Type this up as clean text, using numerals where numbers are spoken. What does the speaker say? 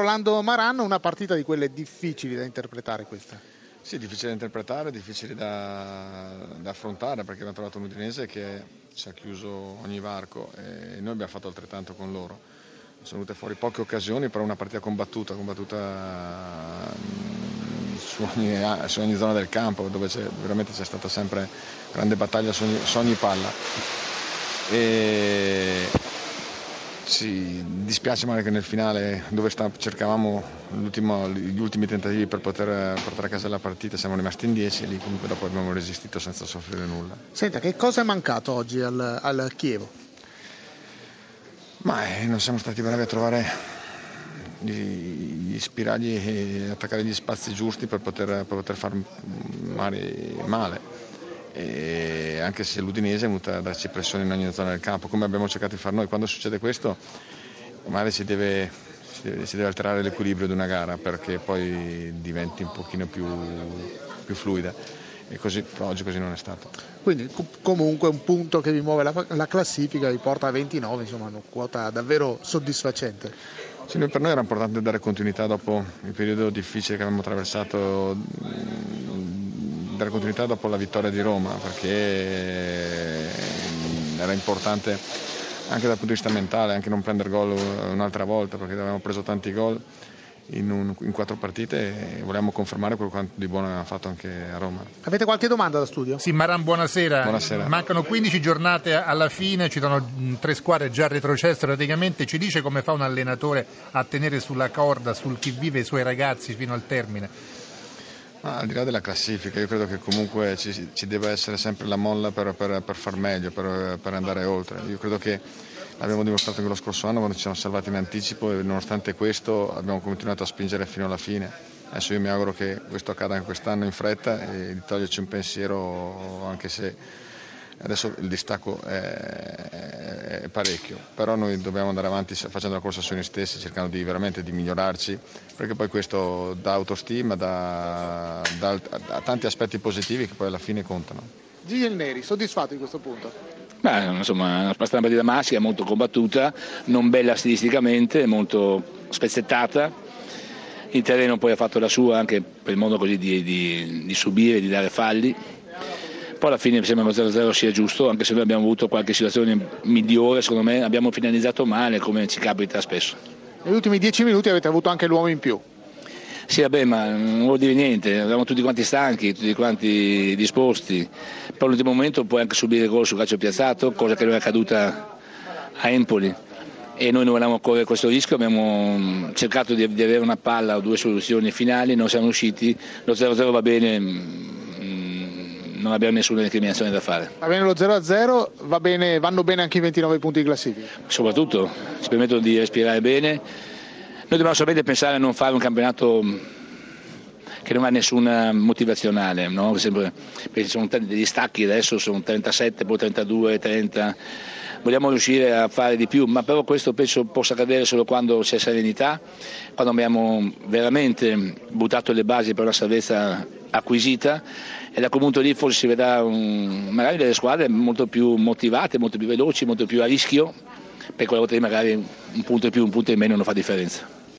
Rolando Maran, una partita di quelle difficili da interpretare questa. Sì, difficile da interpretare, difficile da affrontare, perché abbiamo trovato un Udinese che ci ha chiuso ogni varco e noi abbiamo fatto altrettanto con loro. Sono venute fuori poche occasioni, però una partita combattuta su ogni zona del campo, dove veramente c'è stata sempre grande battaglia su ogni palla. E ci dispiace male che nel finale, dove cercavamo gli ultimi tentativi per poter portare a casa la partita, siamo rimasti in 10 e lì comunque dopo abbiamo resistito senza soffrire nulla. Senta, che cosa è mancato oggi al Chievo? Ma non siamo stati bravi a trovare gli spiragli e attaccare gli spazi giusti per poter far male. E anche se l'Udinese è venuta a darci pressione in ogni zona del campo, come abbiamo cercato di fare noi. Quando succede questo magari si deve alterare l'equilibrio di una gara perché poi diventi un pochino più fluida, e così oggi così non è stato. Quindi comunque un punto che vi muove la classifica, vi porta a 29, insomma una quota davvero soddisfacente. Sì, per noi era importante dare continuità dopo il periodo difficile che abbiamo attraversato, dare continuità dopo la vittoria di Roma, perché era importante anche dal punto di vista mentale, anche non prendere gol un'altra volta, perché avevamo preso tanti gol in 4 partite e volevamo confermare quello di buono che abbiamo fatto anche a Roma. Avete qualche domanda da studio? Sì, Maran, buonasera. Buonasera. Mancano 15 giornate alla fine, ci sono 3 squadre già retrocesse praticamente. Ci dice come fa un allenatore a tenere sulla corda, sul chi vive i suoi ragazzi fino al termine? Al di là della classifica, io credo che comunque ci deve essere sempre la molla per far meglio, per andare oltre. Io credo che l'abbiamo dimostrato anche lo scorso anno quando ci siamo salvati in anticipo e nonostante questo abbiamo continuato a spingere fino alla fine. Adesso io mi auguro che questo accada anche quest'anno in fretta e di toglierci un pensiero, anche se adesso il distacco è parecchio, però noi dobbiamo andare avanti facendo la corsa su noi stessi, cercando veramente di migliorarci, perché poi questo dà autostima, dà tanti aspetti positivi che poi alla fine contano. Gigi Neri, soddisfatto di questo punto? Beh, insomma, una partita maschera molto combattuta, non bella stilisticamente, molto spezzettata. Il terreno poi ha fatto la sua anche per il modo così di subire, di dare falli. Poi alla fine mi sembra che 0-0 sia giusto, anche se noi abbiamo avuto qualche situazione migliore, secondo me abbiamo finalizzato male, come ci capita spesso. Negli ultimi 10 minuti avete avuto anche l'uomo in più. Sì, vabbè, ma non vuol dire niente, eravamo tutti quanti stanchi, tutti quanti disposti. Poi all'ultimo momento puoi anche subire gol sul calcio piazzato, cosa che non è accaduta a Empoli. E noi non volevamo correre questo rischio, abbiamo cercato di avere una palla o 2 soluzioni finali, non siamo riusciti, lo 0-0 va bene, non abbiamo nessuna recriminazione da fare. Va bene lo 0-0, vanno bene anche i 29 punti di classifica. Soprattutto ci permettono di respirare bene. Noi dobbiamo solamente pensare a non fare un campionato che non ha nessuna motivazionale, no? Perché sono degli stacchi, adesso sono 37, poi 32, 30. Vogliamo riuscire a fare di più, ma però questo penso possa accadere solo quando c'è serenità, quando abbiamo veramente buttato le basi per una salvezza acquisita, e da quel punto lì forse si vedrà magari delle squadre molto più motivate, molto più veloci, molto più a rischio, per quella volta lì magari un punto in più, un punto in meno non fa differenza.